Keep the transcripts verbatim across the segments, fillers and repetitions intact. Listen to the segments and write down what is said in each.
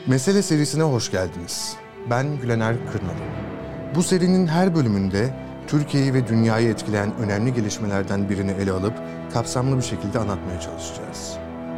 Mesele serisine hoş geldiniz. Ben Gülener Kırnalı. Bu serinin her bölümünde Türkiye'yi ve dünyayı etkileyen önemli gelişmelerden birini ele alıp kapsamlı bir şekilde anlatmaya çalışacağız.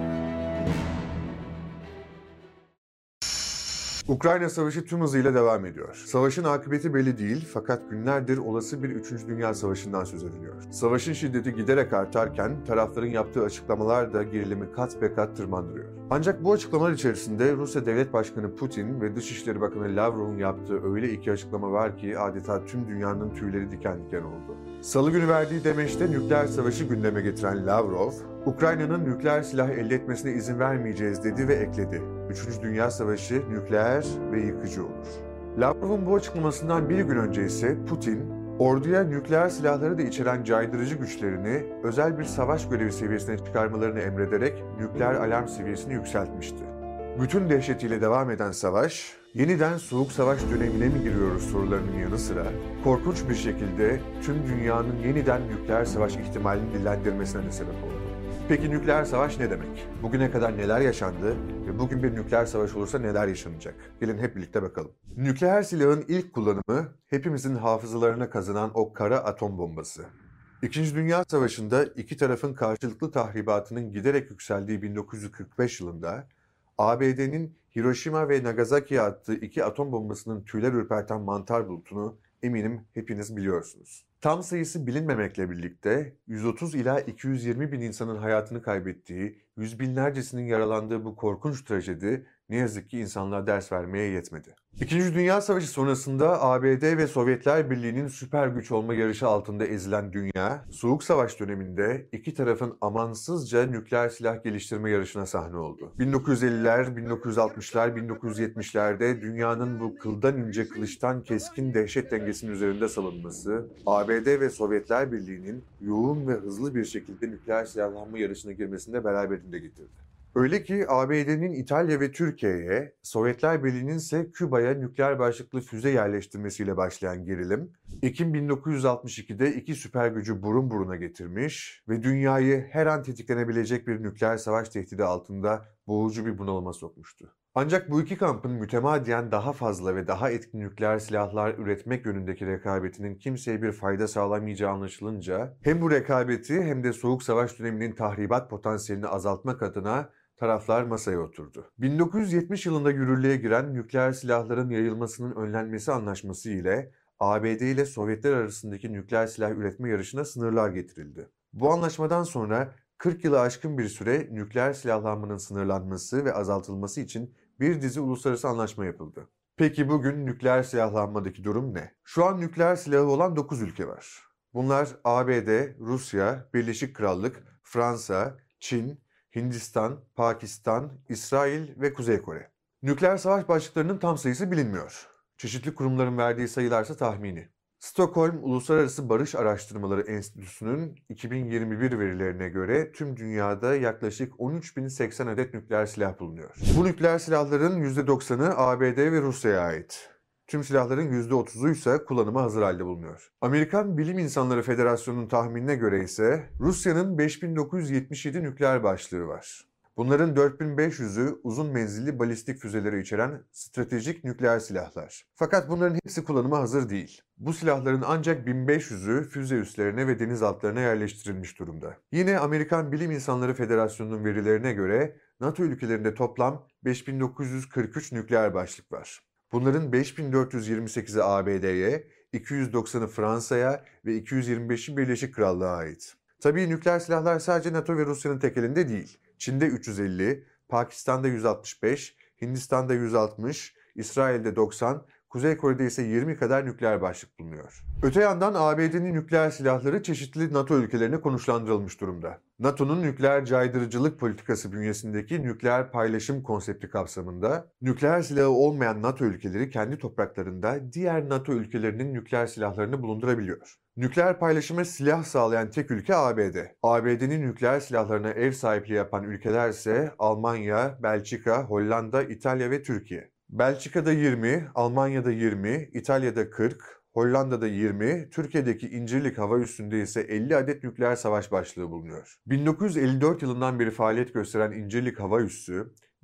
Ukrayna Savaşı tüm hızıyla devam ediyor. Savaşın akıbeti belli değil fakat günlerdir olası bir üçüncü Dünya Savaşı'ndan söz ediliyor. Savaşın şiddeti giderek artarken tarafların yaptığı açıklamalar da gerilimi kat be kat tırmandırıyor. Ancak bu açıklamalar içerisinde Rusya Devlet Başkanı Putin ve Dışişleri Bakanı Lavrov'un yaptığı öyle iki açıklama var ki adeta tüm dünyanın tüyleri diken diken oldu. Salı günü verdiği demeçte nükleer savaşı gündeme getiren Lavrov, Ukrayna'nın nükleer silah elde etmesine izin vermeyeceğiz dedi ve ekledi. Üçüncü Dünya Savaşı nükleer ve yıkıcı olur. Lavrov'un bu açıklamasından bir gün önce ise Putin, orduya nükleer silahları da içeren caydırıcı güçlerini özel bir savaş görevi seviyesine çıkarmalarını emrederek nükleer alarm seviyesini yükseltmişti. Bütün dehşetiyle devam eden savaş, yeniden soğuk savaş dönemine mi giriyoruz sorularının yanı sıra, korkunç bir şekilde tüm dünyanın yeniden nükleer savaş ihtimalini dillendirmesine de sebep oldu. Peki nükleer savaş ne demek? Bugüne kadar neler yaşandı ve bugün bir nükleer savaş olursa neler yaşanacak? Gelin hep birlikte bakalım. Nükleer silahın ilk kullanımı hepimizin hafızalarına kazınan o kara atom bombası. İkinci Dünya Savaşı'nda iki tarafın karşılıklı tahribatının giderek yükseldiği bin dokuz yüz kırk beş yılında A B D'nin Hiroşima ve Nagasaki'ye attığı iki atom bombasının tüyler ürperten mantar bulutunu eminim hepiniz biliyorsunuz. Tam sayısı bilinmemekle birlikte yüz otuz ila iki yüz yirmi bin insanın hayatını kaybettiği, yüz binlercesinin yaralandığı bu korkunç trajedi ne yazık ki insanlığa ders vermeye yetmedi. İkinci Dünya Savaşı sonrasında A B D ve Sovyetler Birliği'nin süper güç olma yarışı altında ezilen dünya, Soğuk Savaş döneminde iki tarafın amansızca nükleer silah geliştirme yarışına sahne oldu. bin dokuz yüz elliler, bin dokuz yüz altmışlar, bin dokuz yüz yetmişlerde dünyanın bu kıldan ince kılıçtan keskin dehşet dengesinin üzerinde salınması, A B D ve Sovyetler Birliği'nin yoğun ve hızlı bir şekilde nükleer silahlanma yarışına girmesini de beraberinde getirdi. Öyle ki A B D'nin İtalya ve Türkiye'ye, Sovyetler Birliği'nin ise Küba'ya nükleer başlıklı füze yerleştirmesiyle başlayan gerilim, Ekim bin dokuz yüz altmış ikide iki süper gücü burun buruna getirmiş ve dünyayı her an tetiklenebilecek bir nükleer savaş tehdidi altında boğucu bir bunalıma sokmuştu. Ancak bu iki kampın mütemadiyen daha fazla ve daha etkin nükleer silahlar üretmek yönündeki rekabetinin kimseye bir fayda sağlamayacağı anlaşılınca hem bu rekabeti hem de Soğuk Savaş döneminin tahribat potansiyelini azaltmak adına taraflar masaya oturdu. bin dokuz yüz yetmiş yılında yürürlüğe giren nükleer silahların yayılmasının önlenmesi anlaşması ile A B D ile Sovyetler arasındaki nükleer silah üretme yarışına sınırlar getirildi. Bu anlaşmadan sonra kırk yılı aşkın bir süre nükleer silahlanmanın sınırlanması ve azaltılması için bir dizi uluslararası anlaşma yapıldı. Peki bugün nükleer silahlanmadaki durum ne? Şu an nükleer silahı olan dokuz ülke var. Bunlar A B D, Rusya, Birleşik Krallık, Fransa, Çin, Hindistan, Pakistan, İsrail ve Kuzey Kore. Nükleer savaş başlıklarının tam sayısı bilinmiyor. Çeşitli kurumların verdiği sayılarsa tahmini. Stockholm Uluslararası Barış Araştırmaları Enstitüsü'nün iki bin yirmi bir verilerine göre tüm dünyada yaklaşık on üç bin seksen adet nükleer silah bulunuyor. Bu nükleer silahların yüzde doksanı A B D ve Rusya'ya ait. Tüm silahların yüzde otuzu ise kullanıma hazır halde bulunuyor. Amerikan Bilim İnsanları Federasyonu'nun tahminine göre ise Rusya'nın beş bin dokuz yüz yetmiş yedi nükleer başlığı var. Bunların dört bin beş yüzü uzun menzilli balistik füzeleri içeren stratejik nükleer silahlar. Fakat bunların hepsi kullanıma hazır değil. Bu silahların ancak bin beş yüzü füze üslerine ve denizaltılarına yerleştirilmiş durumda. Yine Amerikan Bilim İnsanları Federasyonu'nun verilerine göre NATO ülkelerinde toplam beş bin dokuz yüz kırk üç nükleer başlık var. Bunların beş bin dört yüz yirmi sekizi A B D'ye, iki yüz doksanı Fransa'ya ve iki yüz yirmi beşi Birleşik Krallık'a ait. Tabii nükleer silahlar sadece NATO ve Rusya'nın tek elinde değil. Çin'de üç yüz elli, Pakistan'da yüz altmış beş, Hindistan'da yüz altmış, İsrail'de doksan, Kuzey Kore'de ise yirmi kadar nükleer başlık bulunuyor. Öte yandan A B D'nin nükleer silahları çeşitli NATO ülkelerine konuşlandırılmış durumda. NATO'nun nükleer caydırıcılık politikası bünyesindeki nükleer paylaşım konsepti kapsamında, nükleer silahı olmayan NATO ülkeleri kendi topraklarında diğer NATO ülkelerinin nükleer silahlarını bulundurabiliyor. Nükleer paylaşıma silah sağlayan tek ülke A B D. A B D'nin nükleer silahlarına ev sahipliği yapan ülkeler ise Almanya, Belçika, Hollanda, İtalya ve Türkiye. Belçika'da yirmi, Almanya'da yirmi, İtalya'da kırk, Hollanda'da yirmi, Türkiye'deki İncirlik hava üssünde ise elli adet nükleer savaş başlığı bulunuyor. bin dokuz yüz elli dört yılından beri faaliyet gösteren İncirlik hava üssü,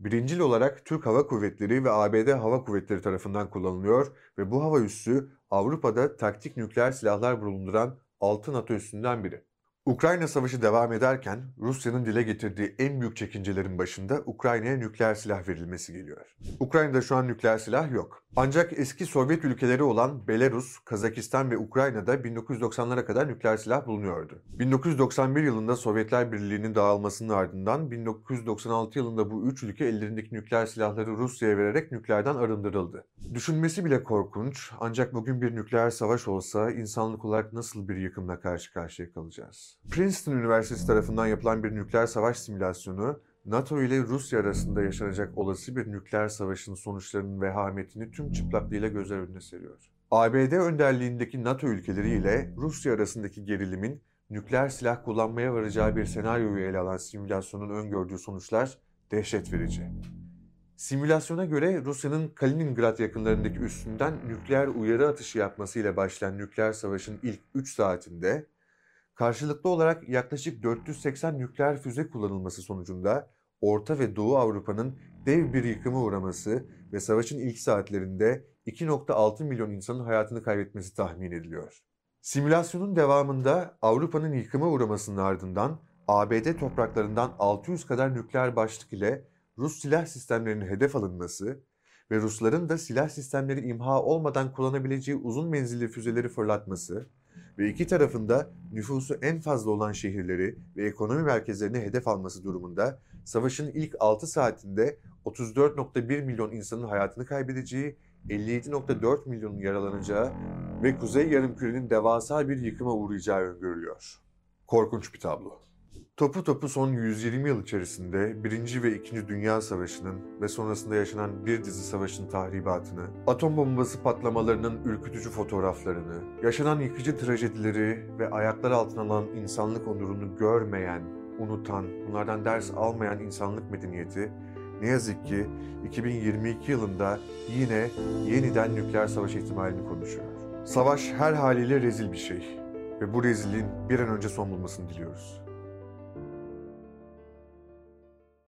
Birincil olarak Türk Hava Kuvvetleri ve A B D Hava Kuvvetleri tarafından kullanılıyor ve bu hava üssü Avrupa'da taktik nükleer silahlar bulunduran altı NATO üssünden biri. Ukrayna Savaşı devam ederken Rusya'nın dile getirdiği en büyük çekincelerin başında Ukrayna'ya nükleer silah verilmesi geliyor. Ukrayna'da şu an nükleer silah yok. Ancak eski Sovyet ülkeleri olan Belarus, Kazakistan ve Ukrayna'da bin dokuz yüz doksanlara kadar nükleer silah bulunuyordu. bin dokuz yüz doksan bir yılında Sovyetler Birliği'nin dağılmasının ardından bin dokuz yüz doksan altı yılında bu üç ülke ellerindeki nükleer silahları Rusya'ya vererek nükleerden arındırıldı. Düşünmesi bile korkunç, ancak bugün bir nükleer savaş olsa insanlık olarak nasıl bir yıkımla karşı karşıya kalacağız? Princeton Üniversitesi tarafından yapılan bir nükleer savaş simülasyonu, NATO ile Rusya arasında yaşanacak olası bir nükleer savaşın sonuçlarının vehametini tüm çıplaklığıyla gözler önüne seriyor. A B D önderliğindeki NATO ülkeleri ile Rusya arasındaki gerilimin nükleer silah kullanmaya varacağı bir senaryoyu ele alan simülasyonun öngördüğü sonuçlar dehşet verici. Simülasyona göre Rusya'nın Kaliningrad yakınlarındaki üssünden nükleer uyarı atışı yapmasıyla başlayan nükleer savaşın ilk üç saatinde karşılıklı olarak yaklaşık dört yüz seksen nükleer füze kullanılması sonucunda Orta ve Doğu Avrupa'nın dev bir yıkıma uğraması ve savaşın ilk saatlerinde iki nokta altı milyon insanın hayatını kaybetmesi tahmin ediliyor. Simülasyonun devamında Avrupa'nın yıkıma uğramasının ardından A B D topraklarından altı yüz kadar nükleer başlık ile Rus silah sistemlerinin hedef alınması ve Rusların da silah sistemleri imha olmadan kullanabileceği uzun menzilli füzeleri fırlatması ve iki tarafında nüfusu en fazla olan şehirleri ve ekonomi merkezlerini hedef alması durumunda savaşın ilk altı saatinde otuz dört nokta bir milyon insanın hayatını kaybedeceği, elli yedi nokta dört milyonun yaralanacağı ve Kuzey Yarımküre'nin devasa bir yıkıma uğrayacağı öngörülüyor. Korkunç bir tablo. Topu topu son yüz yirmi yıl içerisinde Birinci ve İkinci Dünya Savaşı'nın ve sonrasında yaşanan bir dizi savaşın tahribatını, atom bombası patlamalarının ürkütücü fotoğraflarını, yaşanan yıkıcı trajedileri ve ayaklar altına alan insanlık onurunu görmeyen, unutan, bunlardan ders almayan insanlık medeniyeti ne yazık ki iki bin yirmi iki yılında yine yeniden nükleer savaş ihtimalini konuşuyor. Savaş her haliyle rezil bir şey ve bu rezilliğin bir an önce son bulmasını diliyoruz.